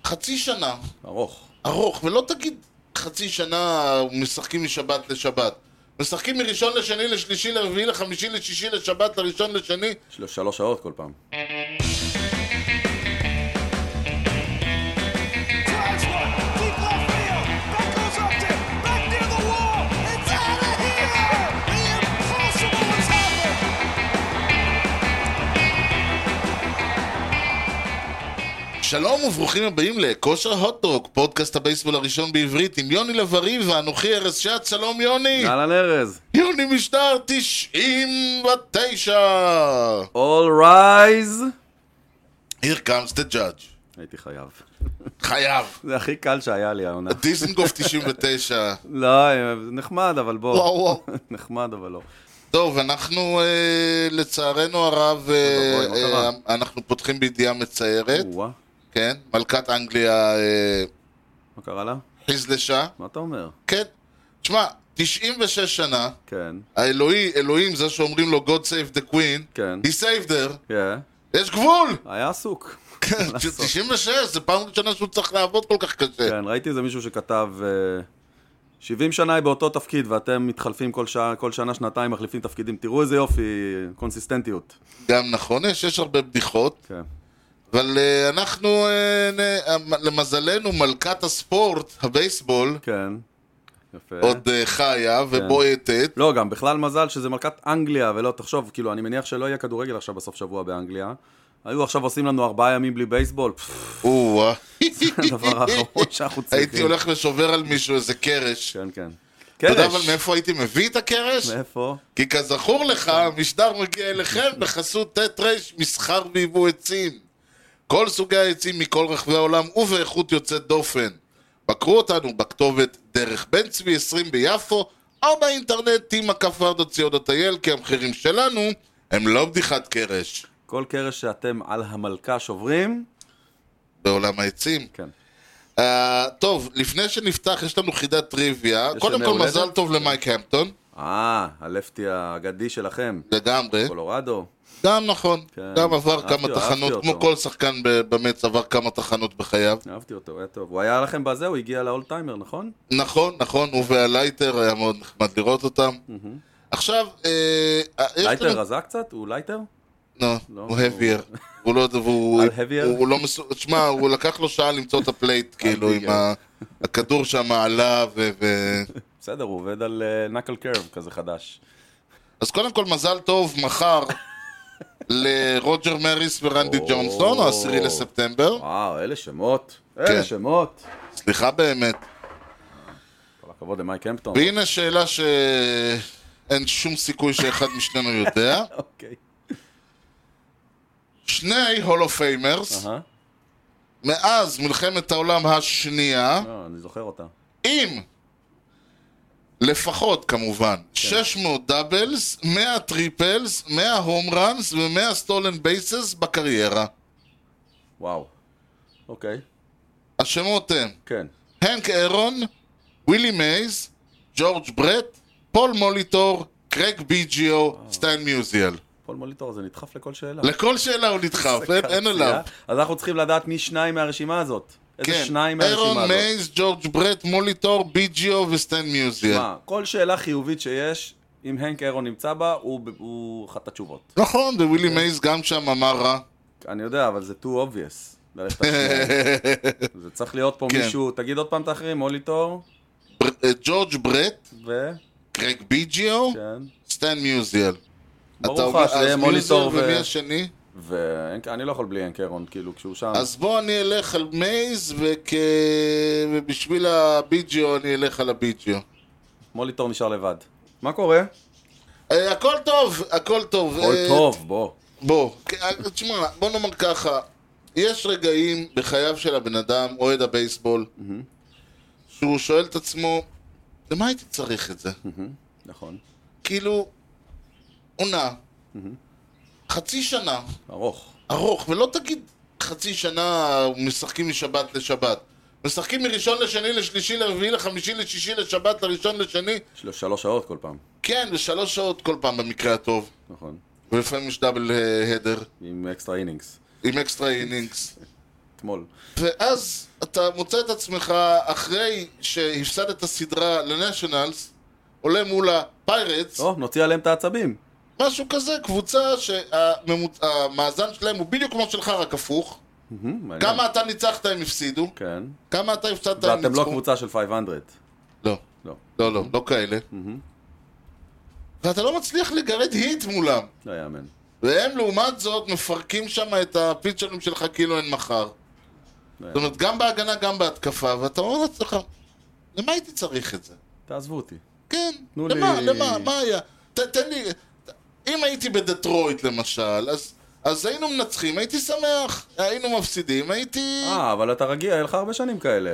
חצי שנה. ארוך. ארוך, ולא תגיד חצי שנה משחקים משבת לשבת. משחקים מראשון לשני, לשלישי, לרביעי, לחמישי, לשישי, לשבת, לראשון, לשני. 3 שעות כל פעם. שלום וברוכים הבאים לכושר הוטדוק, פודקאסט הבייסבול הראשון בעברית עם יוני לב-ארי ואנוכי ארז שץ. שלום יוני. אהלן ארז. יוני משטר 99. All rise. Here comes the judge. הייתי חייב. חייב. זה הכי קל שהיה לי העונה. דיזנגוף 99. לא, נחמד אבל בוא. וואו. נחמד אבל לא. טוב, אנחנו לצערנו הרב, אנחנו פותחים בידיעה מצערת. כן, מלכת אנגליה מה קרה לה? חזלשה. מה אתה אומר? כן, תשמע, 96 שנה, כן. אלוהים זה שאומרים לו God save the queen, כן. he saved her, כן. יש גבול! היה עסוק. כן, 96, זה פעם ראשונה שהוא צריך לעבוד כל כך קשה. כן, ראיתי איזה מישהו שכתב 70 שנה היא באותו תפקיד ואתם מתחלפים כל שנה, שנתיים, מחליפים תפקידים. תראו איזה יופי, קונסיסטנטיות. גם נכון, יש הרבה בדיחות. כן. אבל אנחנו, למזלנו, מלכת הספורט, הבייסבול, כן. יפה. עוד חיה ובועטת. לא, גם בכלל מזל שזה מלכת אנגליה, ולא, תחשוב, כאילו, אני מניח שלא יהיה כדורגל עכשיו בסוף שבוע באנגליה. היו עכשיו עושים לנו 4 ימים בלי בייסבול. זה הדבר האחרון שאנחנו צריכים. הייתי הולך לשובר על מישהו איזה קרש. כן, כן. אתה יודע אבל מאיפה הייתי מביא את הקרש? מאיפה? כי כזכור לך, המשדר מגיע אליכם בחסות ת' ר' מסחר ויבוא עצים. כל סוגי העצים מכל רחבי העולם ובאיכות יוצאת דופן. בקרו אותנו בכתובת דרך בן צבי 20 ביפו, או באינטרנט tima.co.il, כי המחירים שלנו הם לא בדיחת קרש. כל קרש שאתם על המלכה שוברים? בעולם העצים. כן. טוב, לפני שנפתח יש לנו חידת טריוויה. קודם כל מזל טוב למייק המפטון. הלפטי האגדי שלכם. לגמרי. קולורדו. גם נכון, כן. גם עבר כמה אהבתי תחנות, אותו. כמו כל שחקן במץ עבר כמה תחנות בחייו. אהבתי אותו, היה טוב. הוא היה לכם בזה, הוא הגיע לאולטיימר, נכון? נכון, הוא והלייטר, היה מאוד נחמד לראות אותם. עכשיו, לייטר רזה קצת? הוא לייטר? לא, הוא heavier. הוא לא מסוג... תשמע, הוא לקח לו שעה למצוא את הפלייט, כאילו, עם הכדור שם עלה בסדר, הוא עובד על נקל קרב כזה חדש. אז קודם כל מזל טוב מחר לרוג'ר מריס ורנדי ג'ונסון, או 10 לספטמבר. וואו, אלה שמות. אלה שמות. סליחה באמת. כל הכבוד למייק המפטון. והנה שאלה שאין שום סיכוי שאחד משנינו יודע. אוקיי. שני הולו פיימרס, מאז מלחמת העולם השנייה, אני זוכר אותה. עם לפחות כמובן 600 דאבלס, 100 טריפלס, 100 הום ראנס ו100 סטולן בייסס בקריירה. וואו. אוקיי. השמות הם כן. הנק אירון, ווילי מייז, ג'ורג' ברט, פול מוליטור, קרג ביג'יו, סטיין מיוזיאל. פול מוליטור זה נדחף לכל שאלה. לכל שאלה הוא נדחף, אין עליו. אז אנחנו צריכים לדעת מי שניים מהרשימה הזאת. איזה כן, שניים מהרשימה הזאת. אירון מייז, ג'ורג' ברט, מוליטור, ביג'יו וסטיין מיוזיאל. שמע, כל שאלה חיובית שיש, אם הנק אירון נמצא בה, הוא אחת התשובות. נכון, ווילי מייז גם שם אמר רע. אני יודע, אבל זה too obvious. ללכת השנייה. זה צריך להיות פה מישהו, תגיד עוד פעם את האחרים, מוליטור. ג'ורג' ברט, קרג ביג'יו, סטיין מיוזיאל. ברוך לך שזה יהיה מוליטור ומי השני? ואני לא יכול בלי הנק אירון, כאילו, כשהוא שם. אז בוא אני אלך על מייז, ובשביל הביג'יו אני אלך על הביג'יו. מוליטור נשאר לבד. מה קורה? הכל טוב, הכל טוב. הכל טוב, בוא. תשמע, בוא נאמר ככה, יש רגעים בחייו של הבן אדם, אוהד הבייסבול, שהוא שואל את עצמו, למה הייתי צריך את זה? נכון. כאילו, עונה, חצי שנה. ארוך, ולא תגיד חצי שנה משחקים משבת לשבת. משחקים מראשון לשני, לשלישי, לרביעי, לחמישי, לשישי, לשבת, לראשון, לשני. 3 שעות כל פעם. כן, ו3 שעות כל פעם במקרה הטוב. נכון. ולפעמים יש דאבל הדר. עם אקסטרה אינינגס. עם אקסטרה אינינגס. אתמול. ואז אתה מוצא את עצמך, אחרי שהפסד את הסדרה לנשיונלס, עולה מול הפיירטס. נוציא עליהם את העצבים. משהו כזה, קבוצה שהמאזן שלהם הוא בדיוק כמו שלך, רק הפוך. כמה אתה ניצחת הם הפסידו. כן. כמה אתה הפסדת הם ניצחו. ואתם לא קבוצה של 500. לא כאלה. ואתה לא מצליח לגרד היט מולם. לא יאמן. והם לעומת זאת מפרקים שם את הפיצ'רים שלך כאילו אין מחר. זאת אומרת, גם בהגנה, גם בהתקפה, ואתה אומר לעצמך, למה הייתי צריך את זה? תעזבו אותי. כן, למה, מה היה? תן לי, אם הייתי בדטרויט למשל, אז היינו מנצחים, הייתי שמח, היינו מפסידים, הייתי... אבל אתה רגיע, היה לך הרבה שנים כאלה.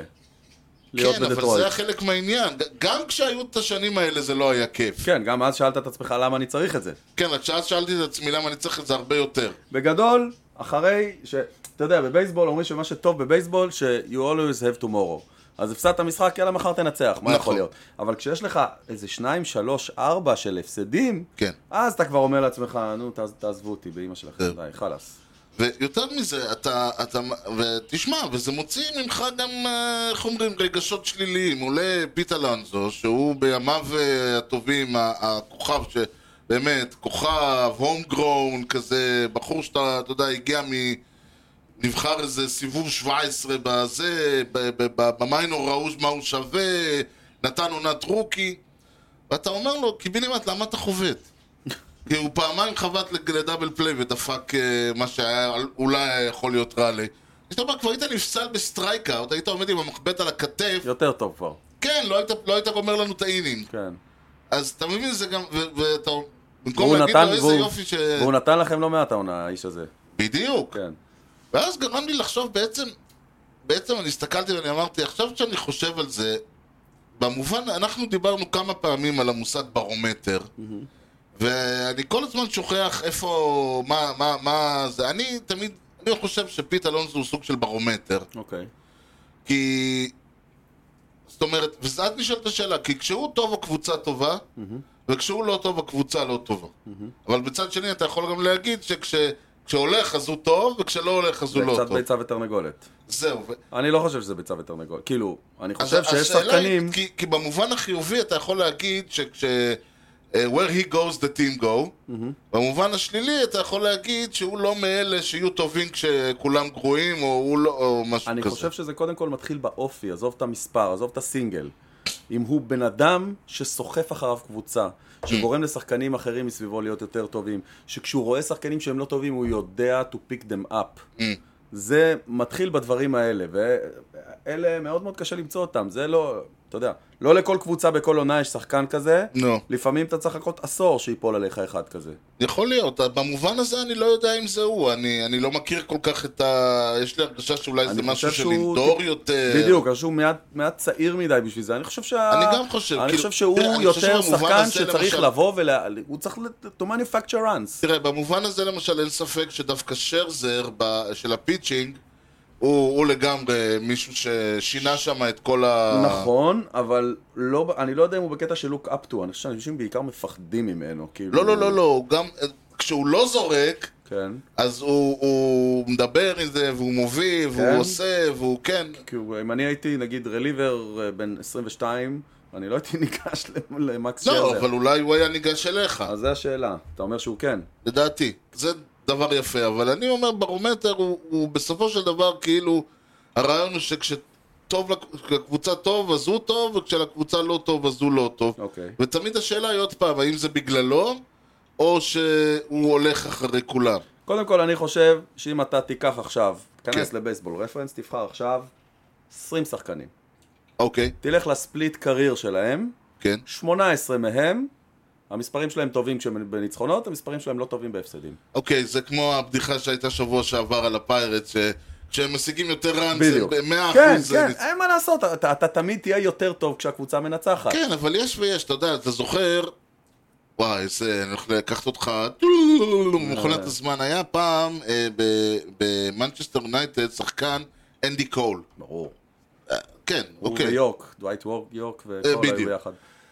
כן, אבל זה היה חלק מהעניין. גם כשהיו את השנים האלה זה לא היה כיף. כן, גם אז שאלת את עצמך למה אני צריך את זה. כן, רק שאז שאלתי את עצמי למה אני צריך את זה הרבה יותר. בגדול, אחרי אתה יודע, בבייסבול אומרים שמה שטוב בבייסבול, ש- you always have tomorrow. אז הפסדת משחק, יאללה מחר תנצח, מה יכול להיות? אבל כשיש לך איזה 2, 3, 4 של הפסדים, כן. אז אתה כבר אומר לעצמך, נו, תעזבו אותי באמא שלכם, די, חלאס. ויותר מזה, ותשמע, וזה מוציא ממך גם, איך אומרים, רגשות שליליים. עולה פיט אלונזו, שהוא בימיו הטובים, הכוכב שבאמת, כוכב, הום גרון, כזה, בחור שאתה, אתה יודע, הגיע נבחר איזה סיבוב 17 בזה, במיינור ראו מה הוא שווה, נתן עונת רוקי, ואתה אומר לו, קיבינימט, למה אתה חובט? כי הוא פעמיים חבט לדאבל פליי ודפק מה שהיה אולי יכול להיות רע לי. זאת אומרת, כבר היית נפסל בסטרייקאוט, היית עומד עם המחבט על הכתף. יותר טוב כבר. כן, לא היית גומר לנו את האינינג. כן. אז אתה מבין, זה גם, ואתה, במקום להגיד לו איזה יופי ש... והוא נתן לכם לא מעט העונה, האיש הזה. בדיוק. כן. ואז גרם לי לחשוב, בעצם אני הסתכלתי ואני אמרתי, עכשיו שאני חושב על זה, במובן, אנחנו דיברנו כמה פעמים על המושג ברומטר, ואני כל הזמן שוכח איפה, מה זה, אני חושב שפיט אלונזו הוא סוג של ברומטר. אוקיי. כי, זאת אומרת, ואז נשאלת השאלה, כי כשהוא טוב הקבוצה טובה, וכשהוא לא טוב הקבוצה לא טובה. אבל בצד שני אתה יכול גם להגיד כשהולך אז הוא טוב, וכשלא הולך אז הוא לא טוב. זה קצת ביצה ותרנגולת. זהו. אני לא חושב שזה ביצה ותרנגולת. כאילו, אני חושב שיש שחקנים... כי במובן החיובי אתה יכול להגיד where he goes the team go. במובן השלילי אתה יכול להגיד שהוא לא מאלה שיהיו טובים כשכולם גרועים, או משהו כזה. אני חושב שזה קודם כל מתחיל באופי, עזוב את המספר, עזוב את הסינגל. אם הוא בן אדם שסוחף אחריו קבוצה, שגורם לשחקנים אחרים מסביבו להיות יותר טובים, שכשהוא רואה שחקנים שהם לא טובים, הוא יודע to pick them up. זה מתחיל בדברים האלה, ואלה מאוד מאוד קשה למצוא אותם. זה לא, אתה יודע, לא לכל קבוצה בכל עונה יש שחקן כזה. לפעמים אתה צריך לחכות עשור שיפול עליך אחד כזה. יכול להיות, במובן הזה אני לא יודע אם זה הוא, אני לא מכיר כל כך יש לי הרגשה שאולי זה משהו של לנדור יותר. בדיוק, אני חושב שהוא מעט צעיר מדי בשביל זה. אני גם חושב. אני חושב שהוא יותר שחקן שצריך לבוא הוא צריך to manufacture runs. תראה, במובן הזה למשל אין ספק שדווקא שרזר של הפיצ'ינג, הוא לגמרי מישהו ששינה שם את כל נכון, אבל אני לא יודע אם הוא בקטע של look up to, אני חושב שאנשים בעיקר מפחדים ממנו. לא, גם כשהוא לא זורק, כן. אז הוא מדבר עם זה, והוא מוביל, והוא עושה, והוא כן. אם אני הייתי, נגיד, רליבר בן 22, אני לא הייתי ניגש למקס שרזר. לא, אבל אולי הוא היה ניגש אליך. אז זו השאלה, אתה אומר שהוא כן. לדעתי, זה דבר יפה, אבל אני אומר ברומטר הוא בסופו של דבר כאילו הרעיון הוא כשלקבוצה טוב אז הוא טוב, וכשלקבוצה לא טוב אז הוא לא טוב. ותמיד השאלה היא עוד פעם, האם זה בגללו או שהוא הולך אחרי כולם. קודם כל אני חושב שאם אתה תיקח עכשיו, תכנס לבייסבול רפרנס, תבחר עכשיו 20 שחקנים. אוקיי. תלך לספליט קרייר שלהם, כן. 18 מהם המספרים שלהם טובים כשהם בניצחונות, המספרים שלהם לא טובים בהפסדים. אוקיי, זה כמו הבדיחה שהייתה שבוע שעבר על הפיירטס, כשהם משיגים יותר ראנס, ב-100%. כן, אין מה לעשות, אתה תמיד תהיה יותר טוב כשהקבוצה מנצחת. כן, אבל יש ויש, אתה יודע, אתה זוכר, וואי, אני הולך לקחת אותך, מכונת הזמן, היה פעם במנצ'סטר יונייטד שחקן אנדי קול. ברור. כן, אוקיי. הוא ויורק, דווייט יורק וכל היו ביחד.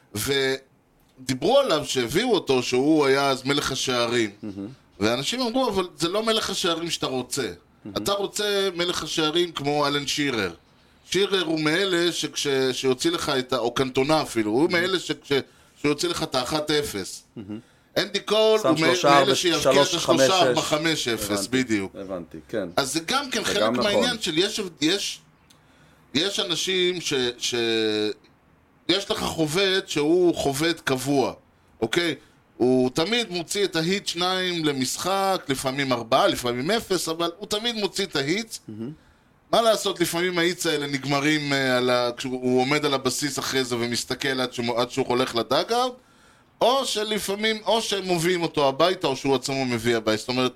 דיברו עליו שהביאו אותו שהוא היה אז מלך השערים, ואנשים אמרו אבל זה לא מלך השערים שאתה רוצה, אתה רוצה מלך השערים כמו אלן שירר. שירר הוא מאלה שיוציא לך או קנטונה אפילו, הוא מאלה שיוציא לך את ה-1-0. אנדי קול הוא מאלה שיבקיע את ה-3-4-5-0, בדיוק. הבנתי, כן. אז זה גם כן חלק מהעניין של יש אנשים יש לך חובד שהוא חובד קבוע, אוקיי? הוא תמיד מוציא את ההיט 2 למשחק, לפעמים 4, לפעמים 0, אבל הוא תמיד מוציא את ההיט. מה לעשות, לפעמים ההיטס האלה נגמרים כשהוא עומד על הבסיס אחרי זה ומסתכל עד שהוא הולך לדאגאוט, או שלפעמים, או שהם מובילים אותו הביתה, או שהוא עצמו מביא הביתה. זאת אומרת,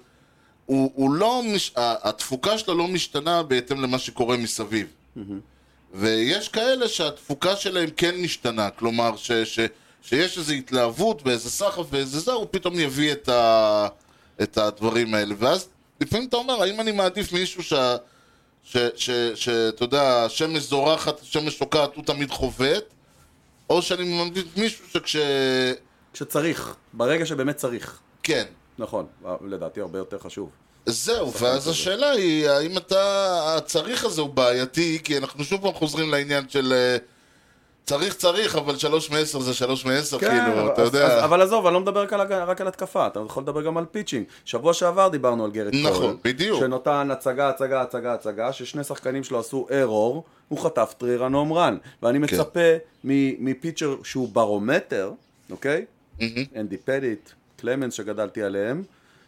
התפוקה שלו לא משתנה בהתאם למה שקורה מסביב. ויש כאלה שהתפוקה שלהם כן משתנה, כלומר שיש איזו התלהבות ואיזה סחף ואיזה זה, הוא פתאום יביא את הדברים האלה. ואז לפעמים אתה אומר, האם אני מעדיף מישהו שאתה יודע, שמש זורחת, שמש שוקעת, הוא תמיד חובט, או שאני מעדיף מישהו כשצריך, ברגע שבאמת צריך. כן. נכון, לדעתי הרבה יותר חשוב. זהו, ואז השאלה היא, האם הצריך הזה הוא בעייתי, כי אנחנו שוב פעם חוזרים לעניין של צריך, אבל 3 מ-10 זה 3 מ-10, כאילו, אתה יודע. אבל עזוב, אני לא מדבר רק על התקפה, אתה יכול לדבר גם על פיצ'ינג. שבוע שעבר דיברנו על גרד קול. נכון, בדיוק. שנותן הצגה, ששני שחקנים שלו עשו ארור, הוא חטף טרירן הום רן. ואני מצפה מפיצ'ר שהוא ברומטר, אוקיי? אנדי פדיט, קלמנס שגדלתי עליהם,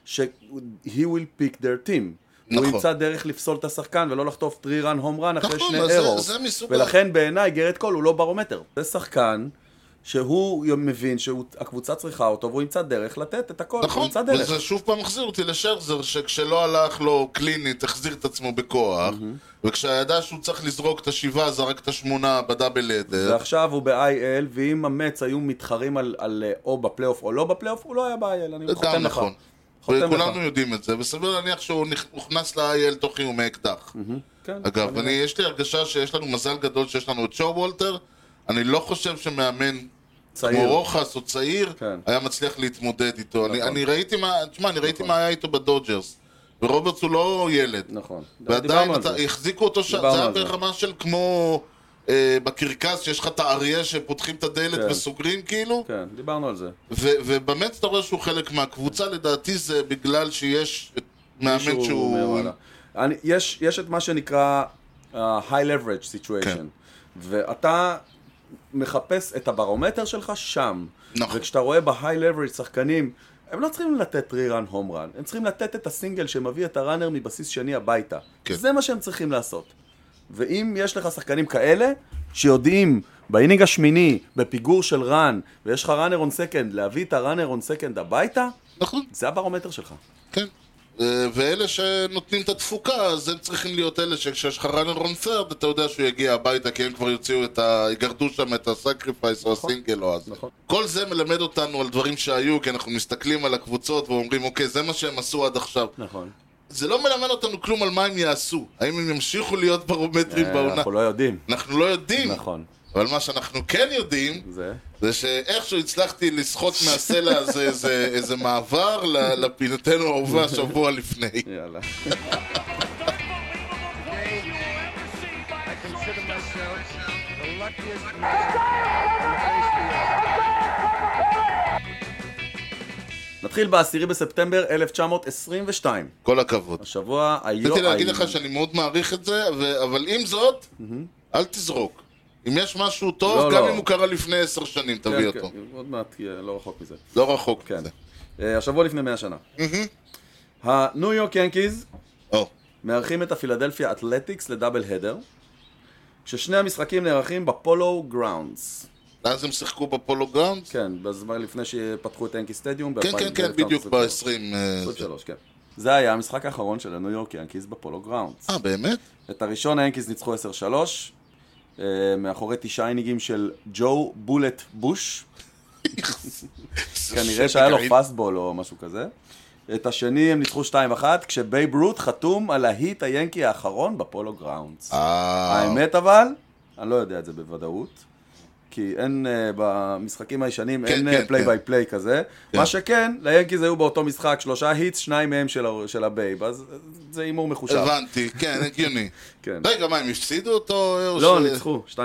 he will pick their team. הוא ימצא דרך לפסול את השחקן ולא לחטוף טרירן הום רן אחרי שני ארורס. ולכן בעיניי גרד קול הוא לא ברומטר. זה שחקן שהוא מבין שהקבוצה צריכה אותו והוא ימצא דרך לתת את הכל. נכון, וזה שוב פעם מחזיר אותי לשרזר שכשלא הלך לו קלינית החזיר את עצמו בכוח, וכשהידע שהוא צריך לזרוק את ה7 זרק את ה8 בדאבל אדר. ועכשיו הוא ב-IL, ואם המץ היו מתחרים על או בפלייאוף או לא בפלייאוף, הוא לא היה ב-IL, אני חותם לך. וכולנו יודעים את זה, וסביר להניח שהוא נכנס ל-IL תוך איומי אקדח. אגב, יש לי הרגשה שיש לנו מזל גדול שיש לנו את שואו וולטר, אני לא חושב שמאמן כמו רוחס או צעיר היה מצליח להתמודד איתו. אני ראיתי מה היה איתו בדודג'רס, ורוברטס הוא לא ילד. נכון. ועדיין החזיקו אותו שם, זה היה ברמה של כמו בקרקס שיש לך את האריה שפותחים את הדלת וסוגרים כאילו. כן, דיברנו על זה. ובאמת אתה רואה שהוא חלק מהקבוצה, לדעתי זה בגלל שיש מאמן שהוא... יש את מה שנקרא high leverage situation, ואתה מחפש את הברומטר שלך שם. וכשאתה רואה ב-high leverage שחקנים, הם לא צריכים לתת טרירן הום רן, הם צריכים לתת את הסינגל שמביא את הראנר מבסיס שני הביתה. זה מה שהם צריכים לעשות. ואם יש לך שחקנים כאלה, שיודעים באינינג השמיני, בפיגור של רן, ויש לך ראנר און סקנד, להביא את הראנר און סקנד הביתה, זה הברומטר שלך. כן. ואלה שנותנים את התפוקה, אז הם צריכים להיות אלה שכשיש לך ראנר און סרד, אתה יודע שהוא יגיע הביתה, כי הם כבר יגרדו שם את הסקריפייס או הסינגל או הזה. כל זה מלמד אותנו על דברים שהיו, כי אנחנו מסתכלים על הקבוצות ואומרים, אוקיי, זה מה שהם עשו עד עכשיו. נכון. זה לא מלמד אותנו כלום על מה הם יעשו. האם הם ימשיכו להיות ברומטרים בעונה? אנחנו לא יודעים. אנחנו לא יודעים. נכון. אבל מה שאנחנו כן יודעים, זה שאיכשהו הצלחתי לסחוט מהסלע הזה איזה מעבר לפינתנו האהובה שבוע לפני. יאללה. נתחיל ב10 בספטמבר 1922. כל הכבוד. השבוע היום... רציתי להגיד לך שאני מאוד מעריך את זה, אבל עם זאת, אל תזרוק. אם יש משהו טוב, גם אם הוא קרה לפני 10 שנים, תביא אותו. כן, עוד מעט, לא רחוק מזה. לא רחוק מזה. השבוע לפני 100 שנה. הניו יורק ינקיז מארחים את הפילדלפיה אתלטיקס לדאבל הדר, כששני המשחקים נערכים בפולו גראונדס. אז הם שיחקו בפולו גראונדס? כן, בזמן לפני שפתחו את ינקי סטדיום. כן, בדיוק ב-20... כן. זה היה המשחק האחרון של הניו יורק ינקיז בפולו גראונדס. באמת? את הראשון היאנקיז ניצחו 10-3, מאחורי 9 אינינגים של ג'ו בולט בוש. כנראה שהיה לו פאסטבול או משהו כזה. את השני הם ניצחו 2-1, כשבייב רות חתום על ההיט היאנקי האחרון בפולו גראונדס. האמת אבל, אני לא יודע את זה בוודאות, כי אין במשחקים הישנים, כן, אין כן, פליי כן. ביי פליי כזה. כן. מה שכן, ליאנקיז היו באותו משחק 3 היטס, 2 מהם של הבייב, אז זה הימור מחושב. הבנתי, כן, הגיוני. כן. רגע, מה, הם הפסידו אותו? או לא, ניצחו, 2-1.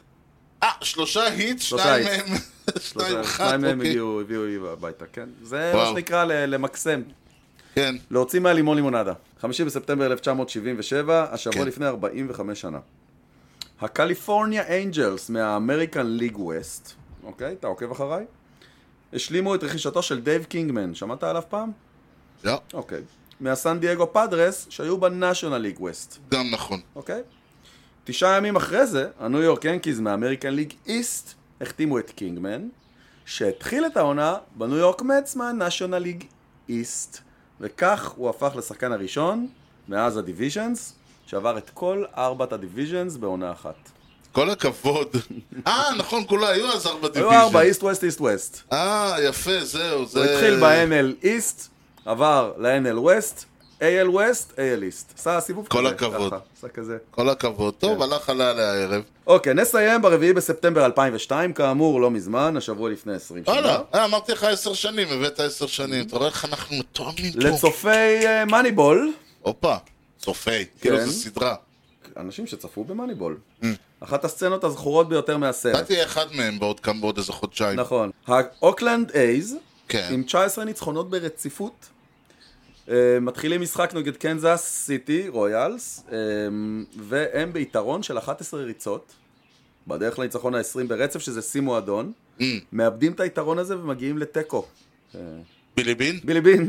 3 היטס, שלושה 2 היטס. מהם, 2-1, שניים מהם אוקיי. הביאו הביתה, כן. זה מה וואו. שנקרא למקסם. כן, להוציא מהלימון לימונדה. 5 בספטמבר 1977, השבוע כן. לפני 45 שנה. הקליפורניה אנג'לס מהאמריקן ליג ווסט, אוקיי, אתה עוקב אחריי? השלימו את רכישתו של דייב קינגמן, שמעת עליו פעם? לא, אוקיי. מהסן דייגו פאדרס, שהיו בנאשונל ליג ווסט, גם נכון. אוקיי? 9 ימים אחרי זה, הניו יורק ינקיז מהאמריקן ליג איסט החתימו את קינגמן, שהתחיל את העונה בניו יורק מצ מהנאשונל ליג איסט, וכך הוא הפך לשחקן הראשון מאז הדיוויז'נס, שעבר את כל 4 הדיוויז'נס בעונה אחת. כל הכבוד. נכון, כולה היו אז 4 היו דיוויז'ן. 4, איסט ווסט, איסט ווסט. יפה, זהו, זה... הוא התחיל ב-NL איסט, עבר ל-NL ווסט, AL ווסט, AL איסט. עשה סיבוב כזה. כל הכבוד. ככה, עשה כזה. כל הכבוד. טוב, הלך עלה לערב. אוקיי, נסיים ב4 בספטמבר 2002, כאמור, לא מזמן, השבוע לפני 20 שנה. וואלה, אמרתי לך 10 שנים, הבאת 10 שנים. אתה רואה איך אנחנו מתואמים פה. לצופי מאניבול, הופה, צופי, כאילו זו סדרה. אנשים שצפו במאניבול. אחת הסצנות הזכורות ביותר מהסרט. אתה תהיה אחד מהם בעוד איזה חודשיים. נכון. האוקלנד אייז, כן. עם 19 ניצחונות ברציפות, מתחילים משחק נגד קנזס סיטי רויאלס, והם ביתרון של 11 ריצות, בדרך לניצחון ה-20 ברצף, שזה שימו אדון, מאבדים את היתרון הזה ומגיעים לטקו. בילי בין? בילי בין.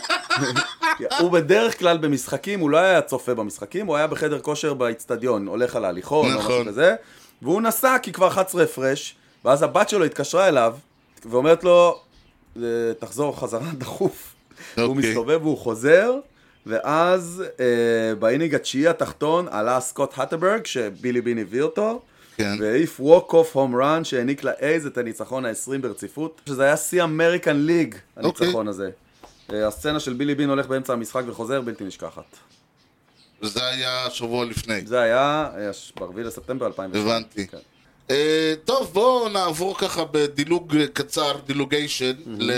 הוא בדרך כלל במשחקים, הוא לא היה צופה במשחקים, הוא היה בחדר כושר באצטדיון, הולך על ההליכון או משהו כזה, והוא נסע כי כבר 11 הפרש, ואז הבת שלו התקשרה אליו, ואומרת לו, תחזור חזרה דחוף. הוא מסתובב והוא חוזר, ואז באינינג התשיעי התחתון עלה סקוט הטברג, שבילי בין הביא אותו, והעיף ווק אוף הום רן שהעניק לאייז את הניצחון ה-20 ברציפות, שזה היה שיא אמריקן ליג, הניצחון הזה. הסצנה של בילי בין הולך באמצע המשחק וחוזר, בלתי נשכחת. וזה היה שבוע לפני. זה היה ב4 לספטמבר 2002. הבנתי. טוב, בואו נעבור ככה בדילוג קצר, דילוגיישן,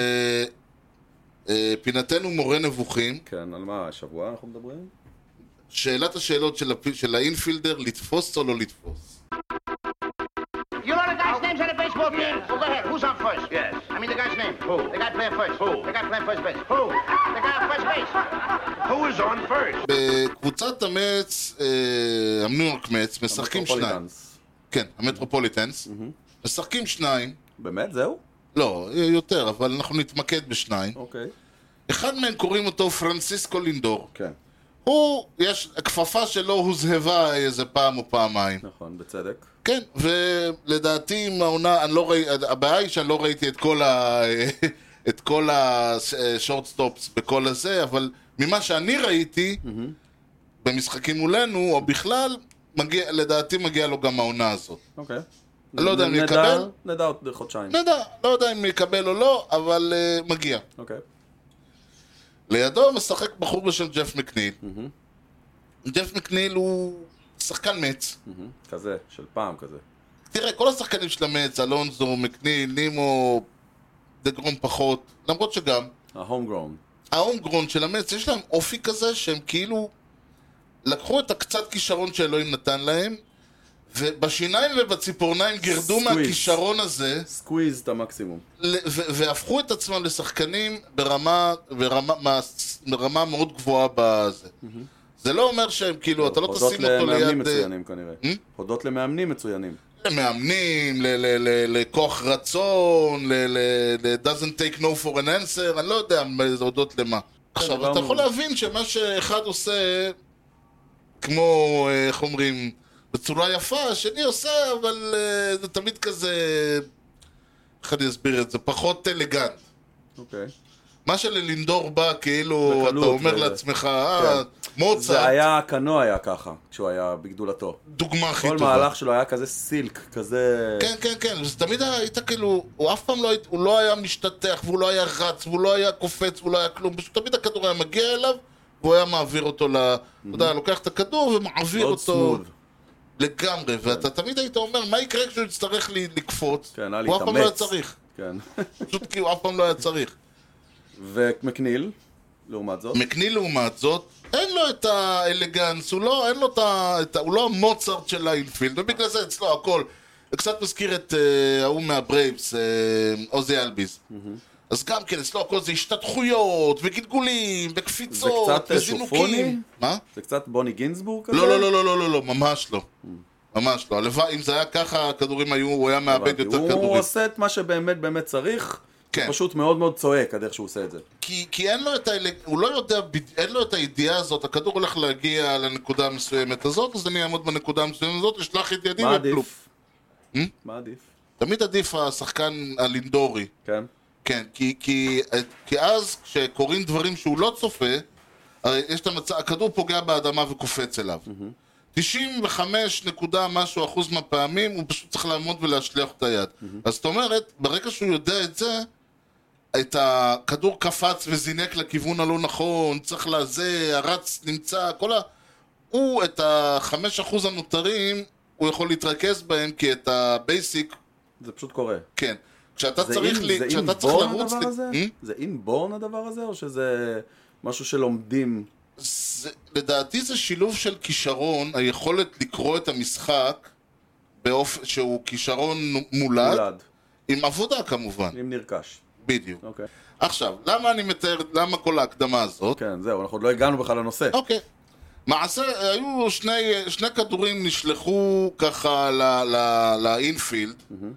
לפינתנו מורה נבוכים. כן, על מה השבוע אנחנו מדברים? שאלת השאלות של האינפילדר, לתפוס או לא לתפוס? You know the guy's names on the baseball team? Well, go ahead. Who's on first? Yes. I mean the guy's name. Who? The guy playing first. Who? The guy playing first base. Who? The guy on first base. Who is on first? בקבוצת המץ, הניו יורק מצ, משחקים שניים. כן, המטרופוליטנס. משחקים שניים. באמת? זהו? לא, יותר, אבל אנחנו נתמקד בשניים. אוקיי. אחד מהם קוראים אותו פרנסיסקו לינדור. כן. הכפפה שלו הוזהבה איזה פעם או פעמיים. נכון, בצדק. כן, ולדעתי עם העונה, הבעיה היא שאני לא ראיתי את כל השורט סטופס בכל הזה, אבל ממה שאני ראיתי במשחקים מולנו, או בכלל, לדעתי מגיע לו גם העונה הזאת. אוקיי. אני לא יודע אם יקבל. נדע עוד חודשיים. נדע, לא יודע אם יקבל או לא, אבל מגיע. אוקיי. לידו משחק בחור בשם ג'ף מקניל. ג'ף מקניל הוא שחקן מצ. כזה, של פעם כזה. תראה, כל השחקנים של המץ, אלונזו, מקניל, נימו, דגרום פחות, למרות שגם ההום גרון של המץ, יש להם אופי כזה שהם כאילו לקחו את הקצת כישרון שאלוהים נתן להם, ובשיניים ובציפורניים גרדו מהכישרון הזה, סקוויז את המקסימום, והפכו את עצמם לשחקנים ברמה מאוד גבוהה בזה. זה לא אומר שהם כאילו, אתה לא תשים אותו ליד... הודות למאמנים מצוינים כנראה. הודות למאמנים מצוינים. למאמנים, לכוח רצון, doesn't take no for an answer, אני לא יודע הודות למה. עכשיו, אתה יכול להבין שמה שאחד עושה, כמו, איך אומרים, בצורה יפה, השני עושה, אבל זה תמיד כזה, איך אני אסביר את זה, פחות אלגנט. אוקיי. מה שללינדור בא, כאילו, אתה אומר לעצמך, מוצרט. זה היה, קנו היה ככה, כשהוא היה בגדולתו. דוגמה הכי טובה. כל מהלך שלו היה כזה סילק, כזה... כן, כן, כן, זה תמיד היית כאילו, הוא אף פעם לא היה משתתח, והוא לא היה רץ, והוא לא היה קופץ, והוא לא היה כלום, פשוט תמיד הכדור היה מגיע אליו, והוא היה מעביר אותו אתה יודע, לוקח את הכדור ומעביר אותו. לגמרי, ואתה תמיד היית אומר, מה יקרה כשהוא יצטרך לקפוץ? כן, הוא אף פעם לא היה להתאמץ. צריך. כן. פשוט כי הוא אף פעם לא היה צריך. ומקניל, לעומת זאת. מקניל לעומת זאת, אין לו את האלגנס, הוא לא המוצרט של האינפילד, ובגלל זה אצלו הכל, קצת מזכיר את ההוא מהברייבס, עוזי אלביז. אז גם כן, אצלו הכל זה השתתחויות, וגלגולים, זה וקפיצות, קצת וזינוקים. שופוני? מה? זה קצת בוני גינסבורג כזה? לא, ממש לא. ממש לא. הלוואי, אם זה היה ככה, הכדורים היו, הוא היה מאבד יותר הוא כדורים. עושה את מה שבאמת באמת צריך, כן. הוא פשוט מאוד מאוד צועק עד איך שהוא עושה את זה. כי אין לו הוא לא יודע, אין לו את הידיעה הזאת, הכדור הולך להגיע לנקודה המסוימת הזאת, אז אני אעמוד בנקודה המסוימת הזאת, אשלח את ידי מה וכלום. עדיף? מה עדיף? תמיד עדיף השחקן הלינדורי. כן. כן, כי אז כשקורים דברים שהוא לא צופה, הרי יש את המצב, הכדור פוגע באדמה וקופץ אליו. 95 נקודה משהו אחוז מהפעמים הוא פשוט צריך לעמוד ולהשליח את היד. אז זאת אומרת, ברגע שהוא יודע את זה, את הכדור קפץ וזינק לכיוון הלא נכון, צריך לזה, הרץ נמצא, הוא את ה5% הנותרים, הוא יכול להתרכז בהם, כי את הבייסיק, זה פשוט קורה. כן. כשאתה זה צריך אינבורן לרוץ... הדבר הזה? זה אינבורן הדבר הזה, או שזה משהו שלומדים? לדעתי זה שילוב של כישרון, היכולת לקרוא את המשחק באופן שהוא כישרון מולד, עם עבודה כמובן. עם נרכש. בדיוק. אוקיי. עכשיו, למה אני מתאר, למה כל ההקדמה הזאת? כן, זהו, אנחנו עוד לא הגענו בכלל לנושא. אוקיי. מעשה, היו שני כדורים נשלחו ככה לאינפילד.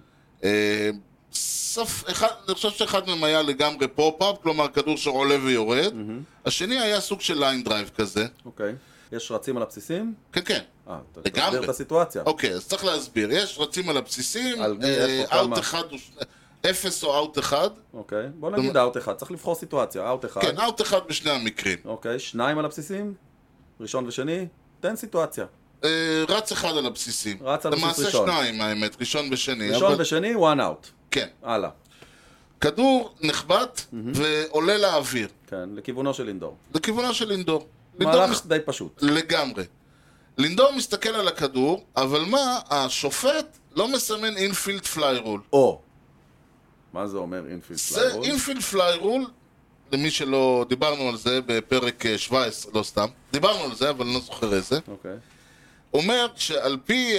אני חושב שאחד מהם היה לגמרי פופ-אפ, כלומר כדור שעולה ויורד. השני היה סוג של ליין דרייב כזה. אוקיי. יש רצים על הבסיסים? כן, כן. תסביר את הסיטואציה. אוקיי, אז צריך להסביר. יש רצים על הבסיסים, אאוט אחד, 0 או אאוט אחד. אוקיי, בוא נגיד אאוט אחד, צריך לבחור סיטואציה, אאוט אחד. כן, אאוט אחד בשני המקרים. אוקיי, 2 על הבסיסים? ראשון ושני? תן סיטואציה. רץ אחד על הבסיסים. רץ על הבסיס למעשה ראשון. 2, האמת, ראשון ושני. ראשון ושני, 1 אאוט. כן. הלאה. כדור נחבט ועולה לאוויר. כן, לכיוונו של לינדור. לכיוונו של לינדור. מהלך די פשוט. לגמרי. לינדור מסתכל על הכדור, אבל מה, השופט לא מסמן אינפילד פליי רול. מה זה אומר אינפילד פליי זה רול? אינפילד פליי רול, למי שלא דיברנו על זה בפרק 17, לא סתם. דיברנו על זה, אבל אני לא זוכר איזה. אוקיי. אומר שעל פי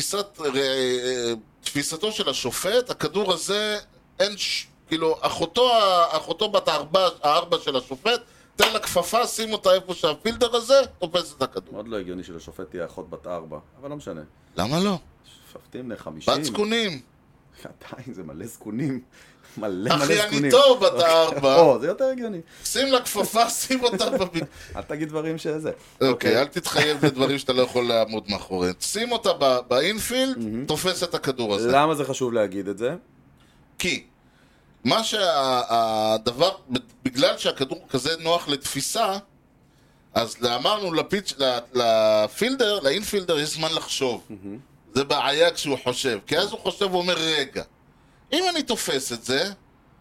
תפיסתו של השופט, הכדור הזה, כאילו, אחותו בת הארבע של השופט, תן לה כפפה, שים אותה איפה שהפילדר הזה, תופס את הכדור. מאוד לא הגיוני שלשופט תהיה אחות בת 4, אבל לא משנה. למה לא? שופטים בני 50. בת זקונים. עדיין, זה מלא זקונים. מלא זקונים. אחייניתו בת הארבע. זה יותר הגיוני. שים לה כפפה, שים אותה בביג. אל תגיד דברים שזה. אוקיי, אל תתחייב לדברים שאתה לא יכול לעמוד מאחוריהם. שים אותה באינפילד, תופס את הכדור הזה. למה זה חשוב להגיד את זה? כי מה שהדבר, בגלל שהכדור כזה נוח לתפיסה, אז אמרנו לפילדר, לאינפילדר יש זמן לחשוב. זה בעיה כשהוא חושב, כי אז הוא חושב ואומר, רגע, אם אני תופס את זה,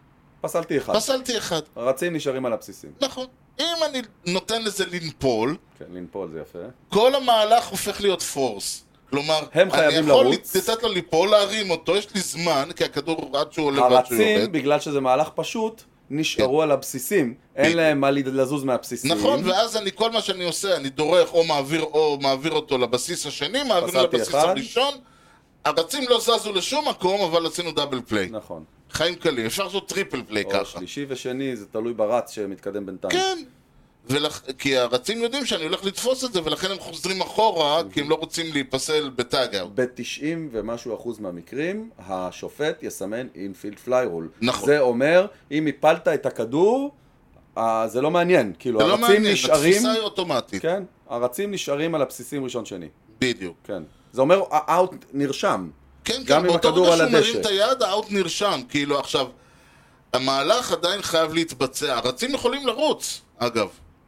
פסלתי אחד. הרצים נשארים על הבסיסים. נכון. אם אני נותן לזה לנפול, כן, לנפול זה יפה. כל המהלך הופך להיות פורס. כלומר, הם חייבים לרוץ. אני יכול לתת לו ליפול, להרים אותו, יש לי זמן, כי הכדור עד שהוא עולה ועד שהוא יורד. הרצים, בגלל שזה מהלך פשוט, נשארו על הבסיסים. אין להם מה לזוז מהבסיסים. נכון, ואז כל מה שאני עושה, אני דורך או מעביר אותו לבסיס השני, מעביר לבסיס הראשון. הרצים לא זזו לשום מקום, אבל עשינו דאבל פליי. נכון. חיים קלים, אפשר לעשות טריפל פליי ככה. או שלישי ושני, זה תלוי ברץ שמתקדם בינתיים. כן. כי הרצים יודעים שאני הולך לתפוס את זה, ולכן הם חוזרים אחורה, כי הם לא רוצים להיפסל בטאג-אאוט. ב-90 ומשהו אחוז מהמקרים, השופט יסמן אינפילד פליי רול. נכון. זה אומר, אם הפלת את הכדור, זה לא מעניין. כאילו, זה לא הרצים מעניין, נשארים... התפיסה היא אוטומטית. כן, הרצים נשארים על הבסיסים ראשון-שני. בדיוק. כן. זה אומר, האוט נרשם. כן, גם כן, אם הכדור על באותו רגע שהוא הדשא. מרים את היד, האוט נרשם. כאילו, עכשיו, המהלך עדיין חייב להתבצע. הרצים יכולים לרוץ, אגב.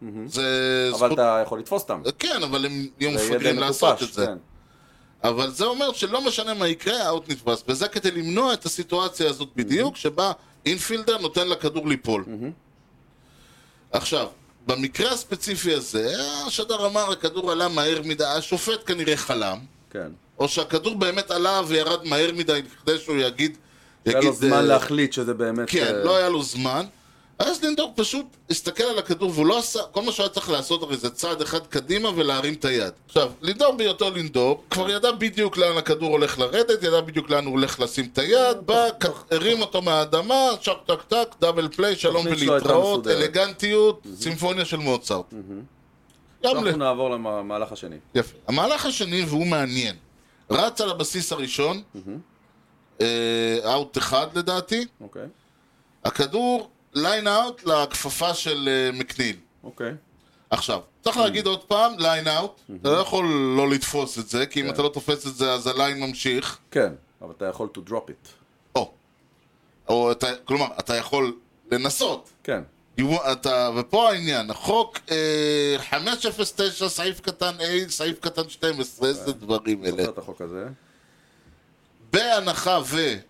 אבל אתה יכול לתפוס אותם. כן, אבל הם יהיו מפגרים לעשות את זה. כן. אבל זה אומר שלא משנה מה יקרה, האוט נתפס. וזה כדי למנוע את הסיטואציה הזאת בדיוק, שבה אינפילדר נותן לכדור ליפול. עכשיו, במקרה הספציפי הזה, השדר אמר, הכדור עלה מהר מדי, השופט כנראה חלם. כן. או שהכדור באמת עלה וירד מהר מדי כדי שהוא יגיד... היה לו זמן להחליט שזה באמת... כן, לא היה לו זמן. אז לינדור פשוט הסתכל על הכדור והוא לא עשה, כל מה שהוא היה צריך לעשות הרי זה צעד אחד קדימה ולהרים את היד. עכשיו, לינדור בהיותו לינדור, כבר ידע בדיוק לאן הכדור הולך לרדת, ידע בדיוק לאן הוא הולך לשים את היד, בא, הרים אותו מהאדמה, צ'ק טק טק, דאבל פליי, שלום ולהתראות, אלגנטיות, סימפוניה של מוצרט. אנחנו נעבור למהלך השני. יפה. המהלך השני, והוא מעניין, רץ על הבסיס הראשון, אאוט אחד לדעתי, אוקיי. הכדור ליין אאוט לכפפה של מקניל. אוקיי. עכשיו, צריך להגיד עוד פעם, ליין אאוט, אתה לא יכול לא לתפוס את זה, כי אם אתה לא תופס את זה אז הליין ממשיך. כן, אבל אתה יכול to drop it. כלומר, אתה יכול לנסות. כן. ופה העניין, החוק 509 סעיף קטן A, סעיף קטן 12, איזה דברים אלה. זוכר את החוק הזה. בהנחה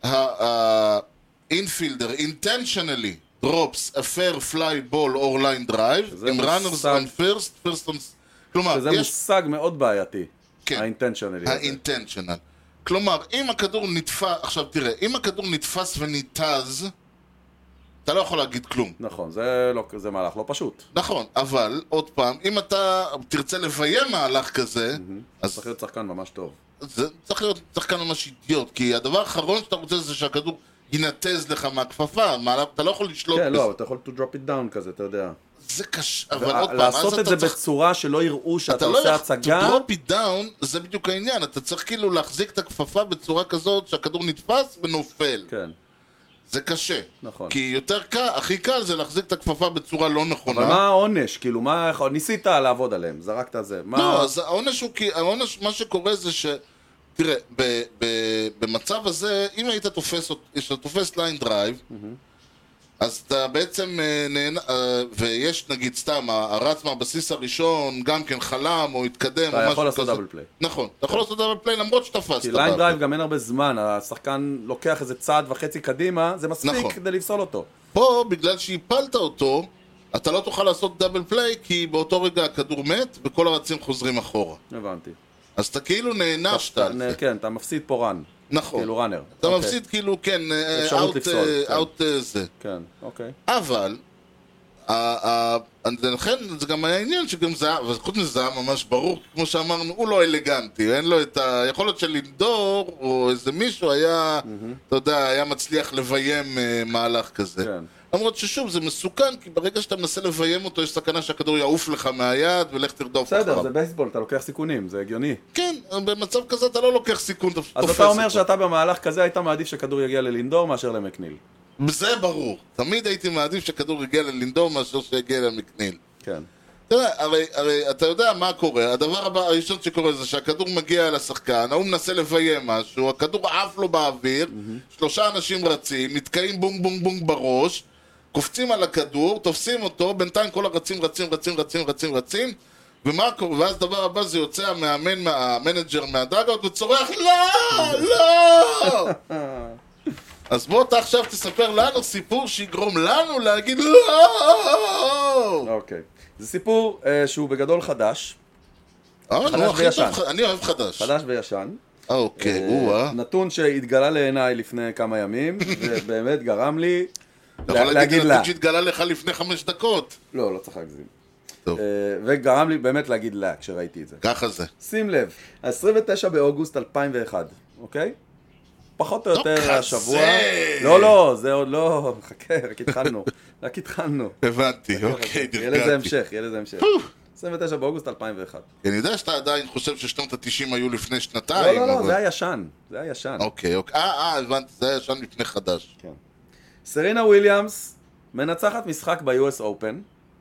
והאינפילדר intentionally drops a fair fly ball or line drive עם runners on first on... כלומר, שזה מושג מאוד בעייתי. כן. ה-intentionally. ה-intentional. כלומר, אם הכדור נתפס... עכשיו תראה, אם הכדור נתפס וניתז, אתה לא יכול להגיד כלום. נכון, זה מהלך לא פשוט. נכון, אבל עוד פעם, אם אתה תרצה לביים מהלך כזה, אז... צריך להיות שחקן ממש טוב. זה צריך להיות שחקן ממש אידיוט, כי הדבר האחרון שאתה רוצה זה שהכדור ינתז לך מהכפפה, אתה לא יכול לשלוט כן, בזה. לא, אתה יכול to drop it down כזה, אתה יודע. זה קשה, אבל עוד פעם, אז לעשות את זה בצורה שלא יראו שאתה עושה הצגה. to drop it down, זה בדיוק העניין, אתה צריך כאילו להחזיק את הכפפה בצורה כזאת שהכדור נתפס ונופל. כן. זה קשה. נכון. כי יותר קל, הכי קל זה להחזיק את הכפפה בצורה לא נכונה. אבל מה העונש? כאילו, ניסית לעבוד עליהם, זרקת זה. לא, אז העונש הוא, העונש, מה שקורה זה ש... תראה, במצב הזה, אם היית תופס ליין דרייב, אז אתה בעצם נהנה, ויש נגיד סתם, הרץ מהבסיס הראשון, גם כן חלם או התקדם, אתה יכול לעשות דאבל פליי. נכון, אתה יכול לעשות דאבל פליי למרות שתפסת. כי ליין דרייב גם אין הרבה זמן, השחקן לוקח איזה צעד וחצי קדימה, זה מספיק כדי לפסול אותו. פה, בגלל שהפלת אותו, אתה לא תוכל לעשות דאבל פליי, כי באותו רגע הכדור מת, וכל הרצים חוזרים אחורה. הבנתי. אז אתה כאילו נענשת על זה. כן, אתה מפסיד פה רן. נכון. כאילו ראנר. אתה מפסיד כאילו, כן, אאוט זה. כן, אוקיי. אבל, לכן זה גם היה עניין שגם זה, וחוץ מזה זה היה ממש ברור, כמו שאמרנו, הוא לא אלגנטי, אין לו את היכולת של לינדור, או איזה מישהו היה, אתה יודע, היה מצליח לביים מהלך כזה. כן. למרות ששוב, זה מסוכן, כי ברגע שאתה מנסה לביים אותו, יש סכנה שהכדור יעוף לך מהיד, ולך תרדוף אחריו. בסדר, זה בייסבול, אתה לוקח סיכונים, זה הגיוני. כן, במצב כזה אתה לא לוקח סיכון, אתה תופס אותו. אז אתה אומר שאתה במהלך כזה היית מעדיף שכדור יגיע ללינדור מאשר למקניל. זה ברור. תמיד הייתי מעדיף שכדור יגיע ללינדור מאשר שיגיע למקניל. כן. תראה, הרי אתה יודע מה קורה, הדבר הבא, הראשון שקורה זה שהכדור מגיע לשחקן, הוא מנסה לביים משהו, הכדור עף לו באוויר, 3 אנשים רצים, נתקעים בונג בונג בונג בראש, קופצים על הכדור, תופסים אותו, בינתיים כל הרצים רצים, ומה קורה? ואז דבר הבא זה יוצא המנג'ר מהדאגאוט וצורח לא! אז בוא אתה עכשיו תספר לנו סיפור שיגרום לנו להגיד לא! אוקיי. זה סיפור שהוא בגדול חדש. חדש וישן. אני אוהב חדש. חדש וישן. אוקיי, נתון שהתגלה לעיניי לפני כמה ימים, ובאמת גרם לי אתה יכול להגיד לה. נתון שהתגלה לך לפני 5 דקות. לא צריך להגזים. טוב. וגרם לי באמת להגיד לה כשראיתי את זה. ככה זה. שים לב, 29 באוגוסט 2001, אוקיי? פחות או יותר השבוע. לא, זה עוד לא, חכה, רק התחלנו. הבנתי, אוקיי, יהיה לזה המשך. 29 באוגוסט 2001. אני יודע שאתה עדיין חושב ששנות ה-90 היו לפני שנתיים. לא, זה היה ישן. אוקיי, הבנתי, זה היה ישן לפני חדש. כן. סרינה וויליאמס מנצחת משחק ב-US Open.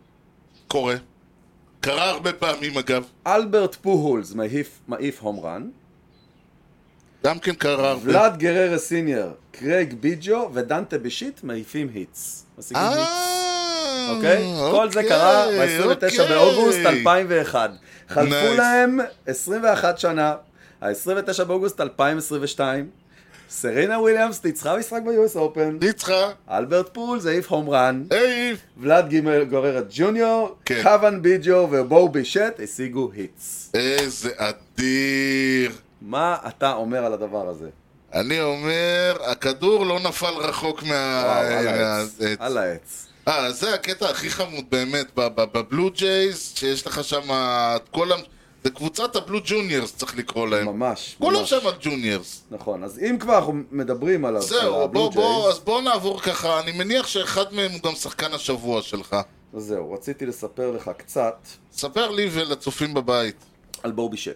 קרה הרבה פעמים אגב. אלברט פוהולס מעיף הום רן. גם כן קרה הרבה. ולאד גררה סיניור, קרייג ביג'ו ודנטה בישיט מעיפים היטס. אוקיי? כל זה קרה ב-29 באוגוסט 2001. חלפו להם 21 שנה, ה-29 באוגוסט 2022. סרינה וויליאמס ניצחה משחק ב-US Open. ניצחה. אלברט פוהולס העיף הום רן. העיף. ולאד גררה ג'וניור, קוון ביג'ו ובואו בישט השיגו היטס. איזה אדיר. מה אתה אומר על הדבר הזה? אני אומר, הכדור לא נפל רחוק על העץ. זה הקטע הכי חמוד באמת, בבלו ג'ייז, שיש לך שם את כל זה קבוצת הבלו ג'וניורס, צריך לקרוא להם. ממש. כולם שם ג'וניורס. נכון, אז אם כבר אנחנו מדברים על זהו, אז בוא נעבור ככה, אני מניח שאחד מהם הוא גם שחקן השבוע שלך. זהו, רציתי לספר לך קצת. ספר לי ולצופים בבית. על בובי שט.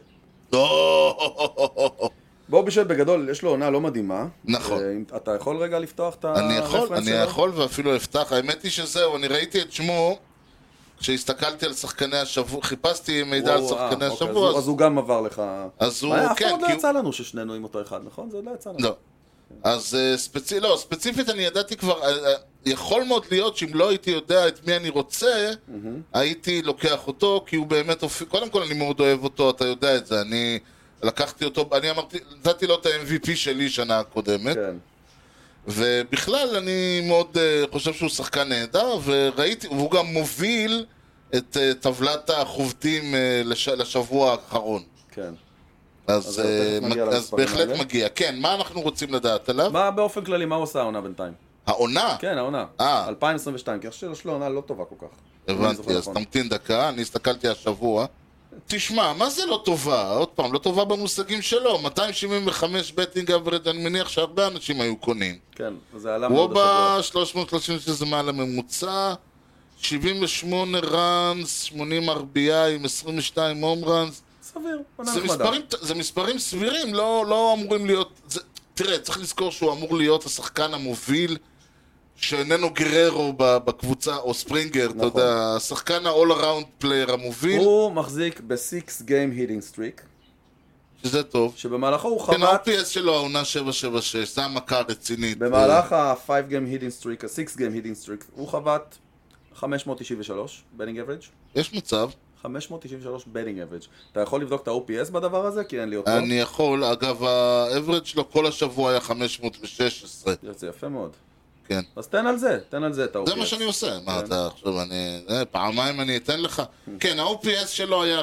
בובי שט בגדול, יש לו עונה לא מדהימה. נכון. אתה יכול רגע לפתוח את הרפרנס שלו? אני יכול ואפילו אפתח. האמת היא שזהו, אני ראיתי את שמו כשהסתכלתי על שחקני השבוע, חיפשתי מידע על שחקני השבוע. אז הוא גם עבר לך. אז הוא, אף פעם לא יצא לנו ששנינו עם אותו אחד, נכון? זה עוד לא יצא לנו. לא. אז ספציפית אני ידעתי כבר, יכול מאוד להיות שאם לא הייתי יודע את מי אני רוצה, הייתי לוקח אותו, כי הוא באמת, קודם כל אני מאוד אוהב אותו, אתה יודע את זה, אני לקחתי אותו, אני אמרתי, נתתי לו את ה-MVP שלי שנה הקודמת, כן. ובכלל אני מאוד חושב שהוא שחקן נהדר, וראיתי, והוא גם מוביל את טבלת החובטים לשבוע האחרון. כן. אז בהחלט מגיע. כן, מה אנחנו רוצים לדעת עליו? מה באופן כללי, מה הוא עושה העונה בינתיים? העונה? כן, העונה. 2022, כי יש לו עונה לא טובה כל כך. הבנתי, אז תמתין דקה, אני הסתכלתי השבוע. תשמע, מה זה לא טובה? עוד פעם, לא טובה במושגים שלו. 275 בטינג אברד, אני מניח שהרבה אנשים היו קונים. כן, זה עלה מאוד השבוע. וובה, 330 שזה מעל הממוצע, 78 ראנס, 80 RBI עם 22 הום ראנס. סביר, עונה נחמדה. זה מספרים סבירים, לא אמורים להיות... תראה, צריך לזכור שהוא אמור להיות השחקן המוביל שאיננו גררו בקבוצה, או ספרינגר, אתה יודע, השחקן ה-all-around player המוביל. הוא מחזיק ב-6 game hitting streak. שזה טוב. שבמהלכו הוא כן, חבט... ה-OPS שלו העונה 776, זה המכה רצינית. במהלך ה-5 game hitting streak, ה-6 game hitting streak, הוא חבט 593, betting average. יש מצב. 593 betting average. אתה יכול לבדוק את ה-OPS בדבר הזה? כי אין לי אותו. אני יכול, אגב, ה-average שלו כל השבוע היה 516. זה יפה מאוד. כן. אז תן על זה את ה-OPS. זה מה שאני עושה. מה אתה עכשיו, פעמיים אני אתן לך. כן, ה-OPS שלו היה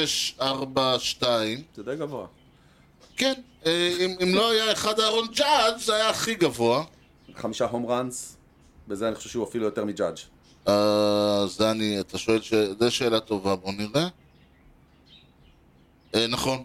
1642. זה די גבוה. כן, אם לא היה אחד אהרון ג'אדג' זה היה הכי גבוה. 5 הום ראנס, בזה אני חושב שהוא אפילו יותר מג'אדג'. אתה שואל, זו שאלה טובה, בוא נראה. נכון,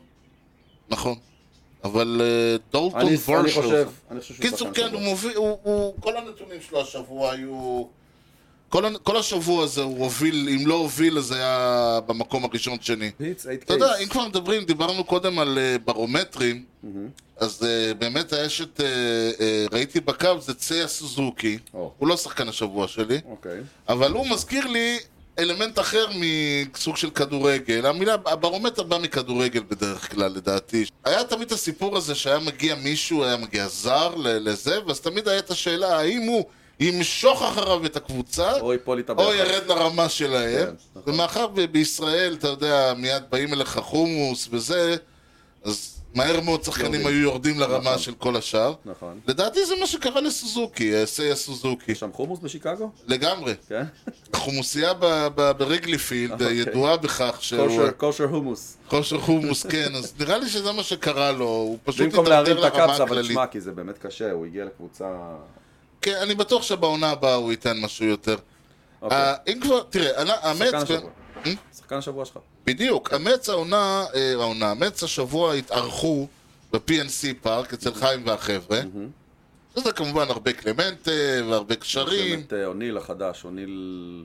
אבל דולטון ורשל, קיצור כן, הוא מוביל, כל הנתונים שלו השבוע היו, כל השבוע הזה הוא הוביל, אם לא הוביל אז היה במקום הראשון שני. אתה יודע, אם כבר מדברים, דיברנו קודם על ברומטרים, אז באמת יש את, ראיתי בקו, זה ציה סוזוקי, הוא לא שחקן השבוע שלי, אבל הוא מזכיר לי אלמנט אחר מסוג של כדורגל. הברומטר בא מכדורגל בדרך כלל, לדעתי. היה תמיד הסיפור הזה שהיה מגיע מישהו, היה מגיע זר לזה, ואז תמיד הייתה השאלה, האם הוא ימשוך אחריו את הקבוצה, או ירד לרמה שלהם. ומאחר בישראל, אתה יודע, מיד באים אליך חומוס וזה, אז מהר מאוד שחקנים היו יורדים לרמה של כל השאר. לדעתי זה מה שקרה לסוזוקי, סיה סוזוקי. יש שם חומוס בשיקגו? לגמרי. החומוסייה ברגליפילד ידועה בכך שהוא... כושר הומוס. כושר הומוס, כן. אז נראה לי שזה מה שקרה לו, הוא פשוט במקום להרים התדרדר את לרמה הקאפס, אבל הכללית. תשמע, כי זה באמת קשה, הוא הגיע לקבוצה... כן, אני בטוח שבעונה הבאה הוא ייתן משהו יותר. אם כבר, תראה, המץ... שחקן השבוע שלך. בדיוק, המץ השבוע התארחו ב-PNC פארק אצל חיים והחבר'ה. שזה כמובן הרבה קלמנטה והרבה קשרים. באמת אוניל החדש, אוניל...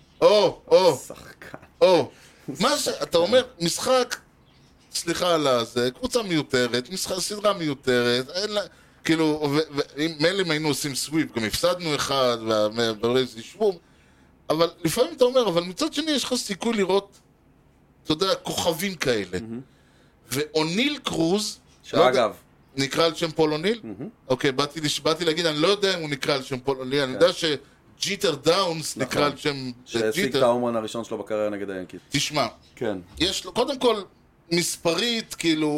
שחקן. מה שאתה אומר, משחק, סליחה על זה, קבוצה מיותרת, סדרה מיותרת, כאילו, מילא אם היינו עושים סוויפ, גם הפסדנו אחד, והברייז ישבו, אבל לפעמים אתה אומר, אבל מצד שני יש לך סיכוי לראות, אתה יודע, כוכבים כאלה. ואוניל קרוז, שאגב, נקרא על שם פול אוניל? אוקיי, באתי להגיד, אני לא יודע אם הוא נקרא על שם פול אוניל, אני יודע שג'יטר דאונס נקרא על שם שהשיג את ההומרן הראשון שלו בקריירה נגד היאנקיז. תשמע, כן. יש לו, קודם כל, מספרית, כאילו,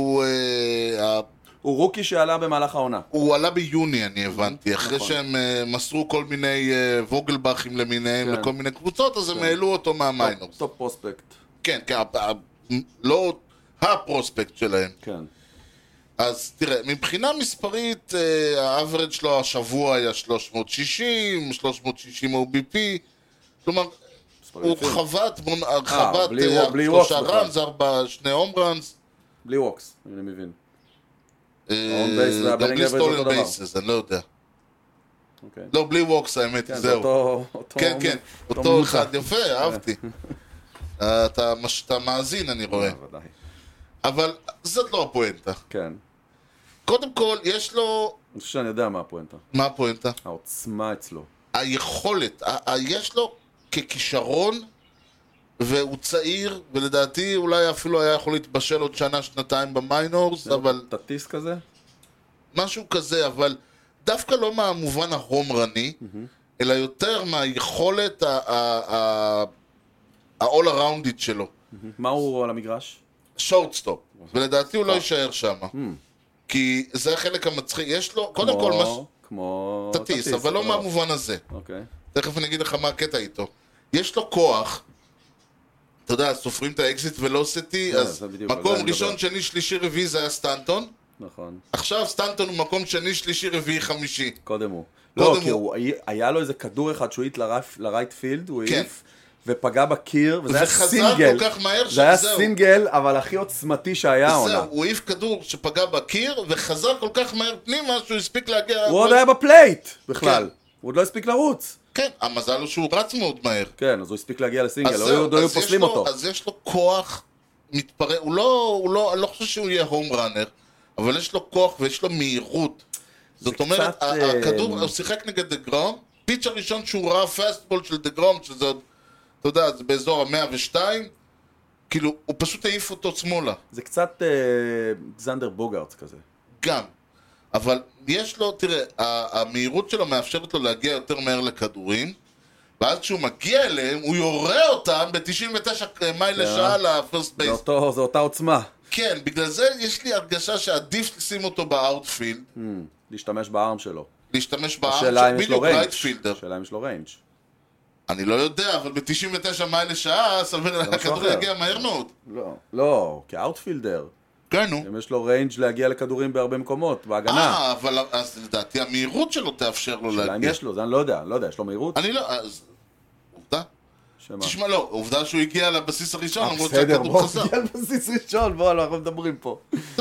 הוא רוקי שעלה במהלך העונה. הוא עלה ביוני, אני הבנתי, אחרי שהם מסרו כל מיני ווגלבכים למיניהם לכל מיני קבוצות, אז הם העלו אותו מהמיינורס. טופ פרוספקט. כן, לא הפרוספקט שלהם. כן. אז תראה, מבחינה מספרית, האברד שלו השבוע היה 360 OBP, כלומר, הוא חוות בלי ווקס 3 ראנס, 2 הום ראנס. בלי ווקס, אני מבין. גם בלי סטולן בייסס, אני לא יודע. לא, בלי ווקס האמת, זהו. כן, כן, אותו אחד, יפה, אהבתי. אתה מאזין, אני רואה. אבל זאת לא הפואנטה. כן. קודם כל, יש לו... אני חושב שאני יודע מה הפואנטה. מה הפואנטה? העוצמה אצלו. היכולת, יש לו ככישרון, והוא צעיר, ולדעתי אולי אפילו היה יכול להתבשל עוד שנה, שנתיים במיינורס, אבל... תטיס כזה? משהו כזה, אבל דווקא לא מהמובן ההומרני, אלא יותר מהיכולת ה-all-aroundית שלו. מה הוא על המגרש? שורטסטופ, ולדעתי הוא לא יישאר שם. כי זה החלק המצחיק, יש לו, קודם כל כמו... תטיס, אבל לא מהמובן הזה. אוקיי. תכף אני אגיד לך מה הקטע איתו. יש לו כוח, אתה יודע, סופרים את האקזיט ולוסיטי, אז מקום ראשון, שני, שלישי, רביעי זה היה סטנטון. נכון. עכשיו סטנטון הוא מקום שני, שלישי, רביעי, חמישי. קודם הוא. לא, כי היה לו איזה כדור אחד שהוא העיט לרייט פילד, הוא העיף, ופגע בקיר, וזה היה סינגל. זה היה סינגל, אבל הכי עוצמתי שהיה העונה. זהו, הוא העיף כדור שפגע בקיר, וחזר כל כך מהר פנימה שהוא הספיק להגיע... הוא עוד היה בפלייט בכלל. הוא עוד לא הספיק לרוץ. כן, המזל הוא שהוא רץ מאוד מהר. כן, אז הוא הספיק להגיע לסינגל, לא היו פוסלים אותו. אז יש לו כוח מתפרע, אני לא חושב שהוא יהיה הום ראנר, אבל יש לו כוח ויש לו מהירות. זאת אומרת, הכדור, הוא שיחק נגד דגרום, פיץ' הראשון שהוא ראה פסטבול של דגרום, שזה עוד, אתה יודע, זה באזור ה-102, כאילו, הוא פשוט העיף אותו שמאלה. זה קצת זנדר בוגארטס כזה. גם. אבל יש לו, תראה, המהירות שלו מאפשרת לו להגיע יותר מהר לכדורים, ואז כשהוא מגיע אליהם, הוא יורה אותם ב-99 מייל לשעה לפרסט בייס. זה אותה עוצמה. כן, בגלל זה יש לי הרגשה שעדיף לשים אותו באאוטפילד. להשתמש בארם שלו. להשתמש בארם שלו, בדיוק רייטפילדר. השאלה אם יש לו ריינג'. אני לא יודע, אבל ב-99 מייל לשעה, סביר הכדור יגיע מהר מאוד. לא, כאוטפילדר. כן, נו. אם יש לו ריינג' להגיע לכדורים בהרבה מקומות, בהגנה. אבל אז לדעתי המהירות שלו תאפשר לו להגיע. שאלה אם יש לו, זה אני לא יודע, יש לו מהירות? אני לא, אז... עובדה? תשמע, לא, עובדה שהוא הגיע לבסיס הראשון, למרות בסדר, שהכדור חזר. הגיע לבסיס ראשון, אנחנו מדברים פה.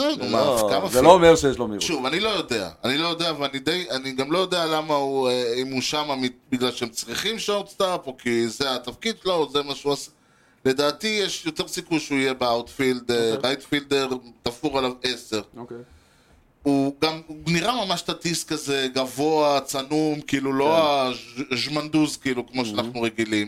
זה לא אומר שיש לו מהירות. שוב, אני לא יודע, ואני גם לא יודע למה הוא, אם הוא שם בגלל שהם צריכים שורטסטאפ, או כי זה התפקיד שלו, או זה מה שהוא עושה. לדעתי יש יותר סיכוי שהוא יהיה באוטפילד, רייטפילדר תפור עליו 10. הוא גם נראה ממש תטיס כזה גבוה, צנום, כאילו לא הז'מנדוז, כאילו כמו שאנחנו רגילים.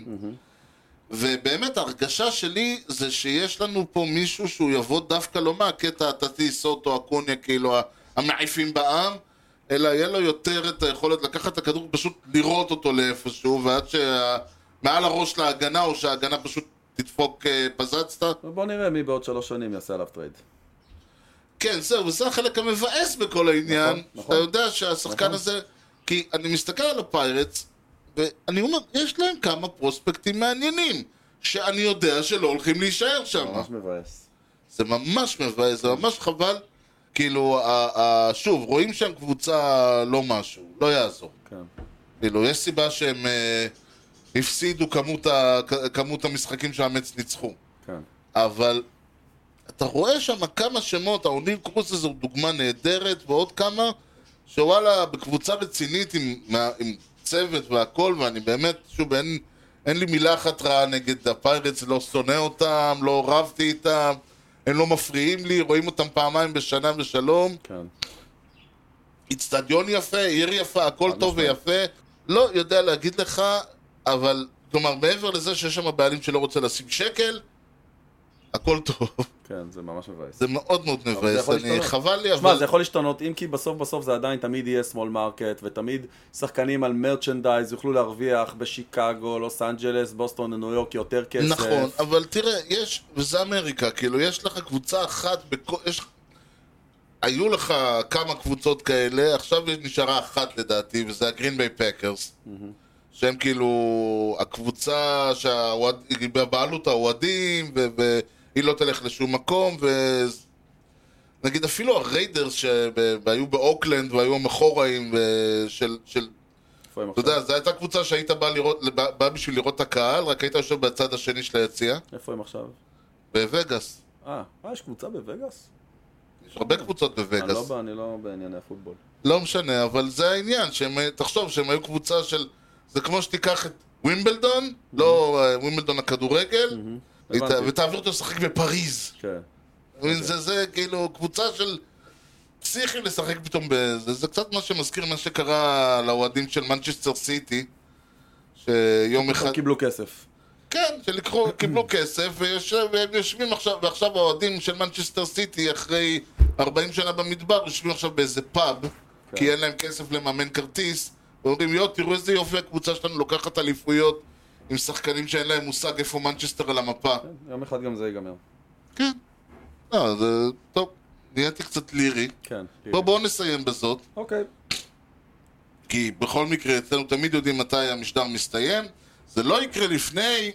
ובאמת ההרגשה שלי זה שיש לנו פה מישהו שהוא יבוא דווקא לא מהקטע התטיס או הקוניה, כאילו המעיפים בעם, אלא יהיה לו יותר את היכולת לקחת את הכדור, פשוט לראות אותו לאיפשהו, ועד שמעל הראש להגנה, או שההגנה פשוט תדפוק פזצת. בוא נראה מי בעוד 3 שנים יעשה עליו טרייד. כן, זהו, וזה החלק המבאס בכל העניין. אתה יודע שהשחקן הזה, כי אני מסתכל על הפיירטס, ואני אומר, יש להם כמה פרוספקטים מעניינים, שאני יודע שלא הולכים להישאר שם. ממש מבאס. זה ממש מבאס, זה ממש חבל. כאילו, שוב, רואים שם קבוצה לא משהו, לא יעזור. כן. כאילו, יש סיבה שהם הפסידו כמות המשחקים שהמץ ניצחו. כן. אבל אתה רואה שם כמה שמות, האוניל קרוס הזה הוא דוגמה נהדרת, ועוד כמה שוואלה, בקבוצה רצינית עם צוות והכל, ואני באמת, שוב, אין לי מילה אחת רעה נגד הפיירטס, לא שונא אותם, לא רבתי איתם, הם לא מפריעים לי, רואים אותם פעמיים בשנה ושלום. כן. אצטדיון יפה, עיר יפה, הכל טוב ויפה. לא יודע להגיד לך, אבל, כלומר, מעבר לזה שיש שם בעלים שלא רוצה לשים שקל, הכל טוב. כן, זה ממש מבאס. זה מאוד מאוד מבאס, חבל לי, אבל... שמע, זה יכול להשתנות, אם כי בסוף זה עדיין תמיד יהיה small market, ותמיד שחקנים על מרצ'נדייז יוכלו להרוויח בשיקגו, לוס אנג'לס, בוסטון, ניו יורק, יותר כסף. נכון, אבל תראה, וזה אמריקה, כאילו, יש לך קבוצה אחת, היו לך כמה קבוצות כאלה, עכשיו נשארה אחת לדעתי, וזה הגרין ביי פקרס. שהם כאילו, הקבוצה בבעלות האוהדים, והיא לא תלך לשום מקום, נגיד אפילו הריידרס שהיו באוקלנד והיו המחוראים של... איפה הם אתה עכשיו? יודע, זו הייתה קבוצה שהיית בא בשביל לראות את הקהל, רק היית יושב בצד השני של היציאה, איפה הם עכשיו? בווגאס. יש קבוצה בווגאס? יש הרבה קבוצות בווגאס. אני לא בענייני הפוטבול. לא משנה, אבל זה העניין, תחשוב שהם היו קבוצה של... זה כמו שתיקח את ווימבלדון, לא ווימבלדון הכדורגל, הבנתי. ותעביר אותו לשחק בפריז. כן. זה כאילו קבוצה של פסיכים לשחק פתאום בזה. זה קצת מה שמזכיר מה שקרה לאוהדים של מנצ'סטר סיטי, שיום אחד... הם קיבלו כסף. כן, קיבלו כסף, והם יושבים עכשיו, ועכשיו האוהדים של מנצ'סטר סיטי, אחרי 40 שנה במדבר, יושבים עכשיו באיזה פאב, כי אין להם כסף לממן כרטיס, ואומרים, תראו איזה יופי הקבוצה שלנו לוקחת אליפויות עם שחקנים שאין להם מושג איפה מנצ'סטר על המפה. יום אחד גם זה ייגמר. כן. לא, זה... טוב, נהייתי קצת לירי. כן. בואו נסיים בזאת, אוקיי. כי בכל מקרה, אצלנו תמיד יודעים מתי המשדר מסתיים. זה לא יקרה לפני...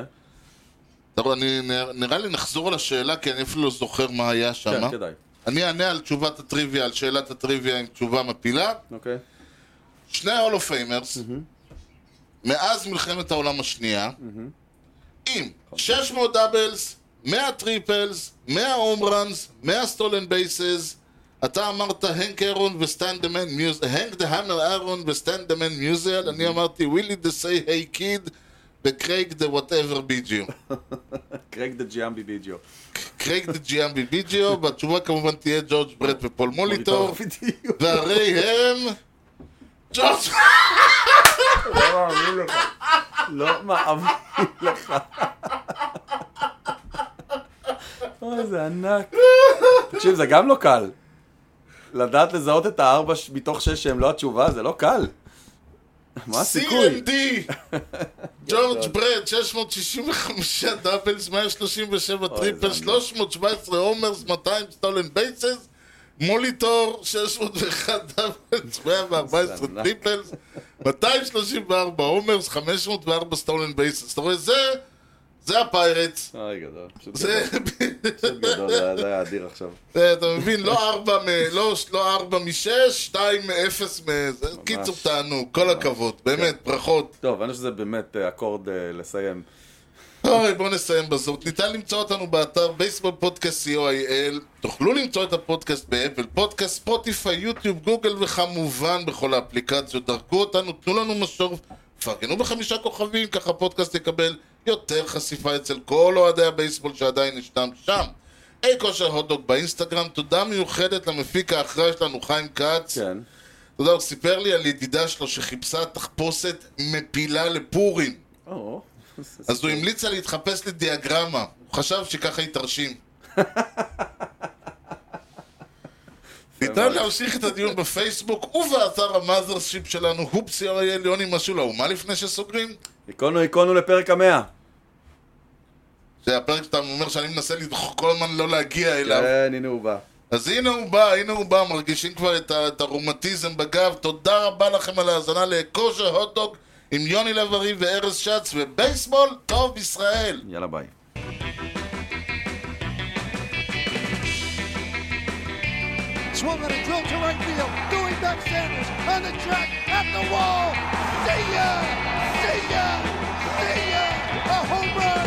נראה לי נחזור על השאלה, כי אני אפילו לא זוכר מה היה שם. כן, כדאי. אני אענה על תשובת הטריוויה, על שאלת הטריוויה עם תשובה מפילה. אוקיי. שני ה-Hall of Famers, מאז מלחמת העולם השנייה, עם 600 דאבלס, 100 טריפלס, 100 הום ראנס, 100 סטולן בייסס, אתה אמרת הנק אהרון וסטנד דמן מיוזיאל, הנק דה המר אהרון וסטנד דמן מיוזיאל, אני אמרתי ווילי דה סי היי קיד וקרייג דה וואטאבר ביג'יו. קרייג דה ג'יאמבי ביג'יו. קרייג דה ג'יאמבי ביג'יו, והתשובה כמובן תהיה ג'ורג' ברט ופול מוליטור, בדיוק. והרי הם... ג'ורג'... לא מאמין לך. אוי, זה ענק. תקשיב, זה גם לא קל. לדעת לזהות את הארבע מתוך 6 שהם לא התשובה, זה לא קל. מה הסיכוי? CMD! ג'ורג' ברד, 665 דאבלס, 137 טריפל, 317 הומרס, 200 סטולן בייסס, מוליטור, 601 דאבלס, 114 טריפלס, 234 הומרס, 504 סטולן בייסס. אתה רואה, זה הפיירטס. אוי, גדול. פשוט זה... גדול, זה היה אדיר עכשיו. אתה מבין, לא 4 מ-6, 2 מ-0 מ... קיצור תענו, כל הכבוד, באמת, ברכות. טוב, אני חושב שזה באמת אקורד לסיים. אוי, בואו נסיים בזאת. ניתן למצוא אותנו באתר בייסבול פודקאסט co.il. תוכלו למצוא את הפודקאסט באפל פודקאסט, ספוטיפיי, יוטיוב, גוגל וכמובן בכל האפליקציות. דרכו אותנו, תנו לנו משוב, פרגנו ב5 כוכבים, ככה הפודקאסט יקבל יותר חשיפה אצל כל אוהדי הבייסבול שעדיין ישנם שם. כושר הוטדוג באינסטגרם. תודה מיוחדת למפיק האחראי שלנו, חיים כץ. כן. תודה, הוא סיפר לי על ידידה שלו שחיפשה תחפושת מפילה לפורים. אז הוא המליץ לה להתחפש לדיאגרמה. הוא חשב שככה היא תרשים. ניתן להמשיך את הדיון בפייסבוק ובאתר המאזרשיפ שלנו, הופסי אריאל, יוני משהו לאומה לפני שסוגרים. איקונו לפרק 100. זה הפרק שאתה אומר שאני מנסה לדחוק כל הזמן לא להגיע אליו. כן, הנה הוא בא. אז הנה הוא בא, מרגישים כבר את הרומטיזם בגב. תודה רבה לכם על ההאזנה לכושר הוטדוג עם יוני לב-ארי וארז שץ, ובייסבול טוב ישראל. יאללה ביי. Swung on a drill to right field. Doing back Sanders on the track at the wall. See ya! See ya! See ya! A home run!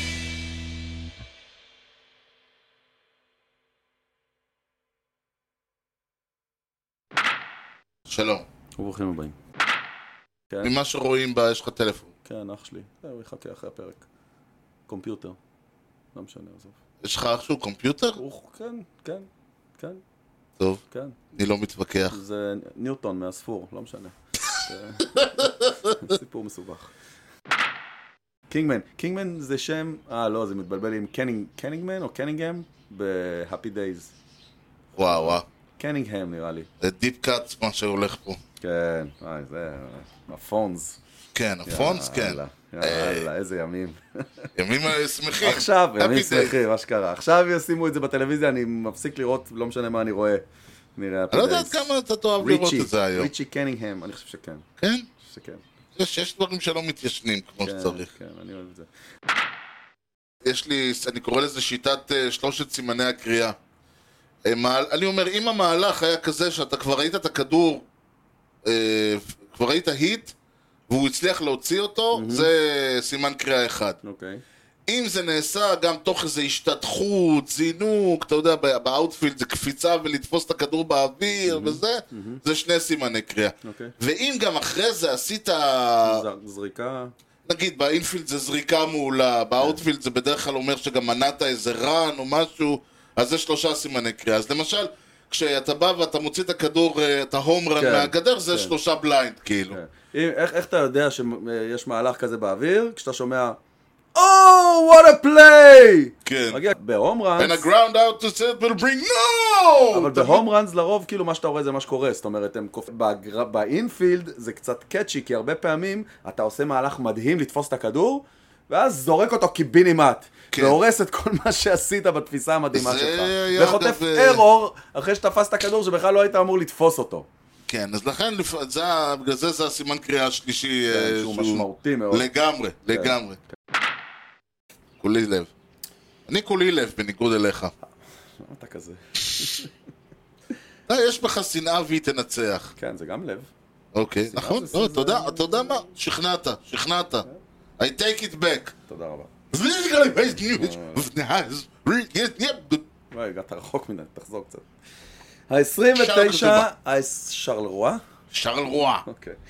שלום. וברוכים הבאים. כן, ממה שרואים בה, יש לך טלפון. כן, אח שלי. הוא יחכה אחרי הפרק. קומפיוטר. לא משנה, עזוב. יש לך אח שהוא קומפיוטר? כן. טוב, כן. אני לא מתווכח. זה ניוטון מהספור, לא משנה. סיפור מסובך. קינגמן זה שם, לא, זה מתבלבל עם קנינגמן או קנינגהם ב-Happy Days. וואו. קנינגהם נראה לי. זה דיפ קאץ מה שהולך פה. כן, זה הפונס. כן, הפונס, כן. יאללה, איזה ימים. ימים שמחים. עכשיו, ימים שמחים, מה שקרה. עכשיו ישימו את זה בטלוויזיה, אני מפסיק לראות, לא משנה מה אני רואה. נראה אני לא יודעת כמה אתה תאהב לראות את זה היום. ריצ'י קנינגהם, אני חושב שכן. כן? שכן. יש דברים שלא מתיישנים כמו שצריך. כן, אני אוהב את זה. יש לי, אני קורא לזה שיטת 3 סימני הקריאה. אני אומר, אם המהלך היה כזה שאתה כבר ראית את הכדור, כבר ראית היט, והוא הצליח להוציא אותו, זה סימן קריאה אחד. אוקיי. אם זה נעשה גם תוך איזו השתתחות, זינוק, אתה יודע, באוטפילד זה קפיצה ולתפוס את הכדור באוויר וזה, זה שני סימני קריאה. אוקיי. ואם גם אחרי זה עשית, זריקה. נגיד באינפילד זה זריקה מעולה, באוטפילד זה בדרך כלל אומר שגם מנעת איזה רן או משהו, אז זה 3 סימני קריאה. אז למשל, כשאתה בא ואתה מוציא את הכדור, את ההום רן מהגדר, זה 3 בליינד, כאילו. איך אתה יודע שיש מהלך כזה באוויר, כשאתה שומע Oh, what a play! כן. מגיע בהום ראנס. And a ground out to set will bring no! אבל בהום ראנס לרוב כאילו מה שאתה רואה זה מה שקורה, זאת אומרת באינפילד זה קצת קאצ'י, כי הרבה פעמים אתה עושה מהלך מדהים לתפוס את הכדור ואז זורק אותו קיבינימט והורס את כל מה שעשית בתפיסה המדהימה שלך וחוטף ארור אחרי שתפס את הכדור שבכלל לא היית אמור לתפוס אותו. כן, אז לכן, בגלל זה הסימן קריאה השלישי שהוא משמעותי מאוד. לגמרי, לגמרי. כולי לב. אני כולי לב, בניגוד אליך. אתה כזה. יש בך שנאה והיא תנצח. כן, זה גם לב. אוקיי, נכון. תודה, אתה יודע מה? שכנעת. I take it back. תודה רבה. הגעת רחוק מדי, תחזור קצת. ה-29, שרל רואה? שרל רואה. אוקיי.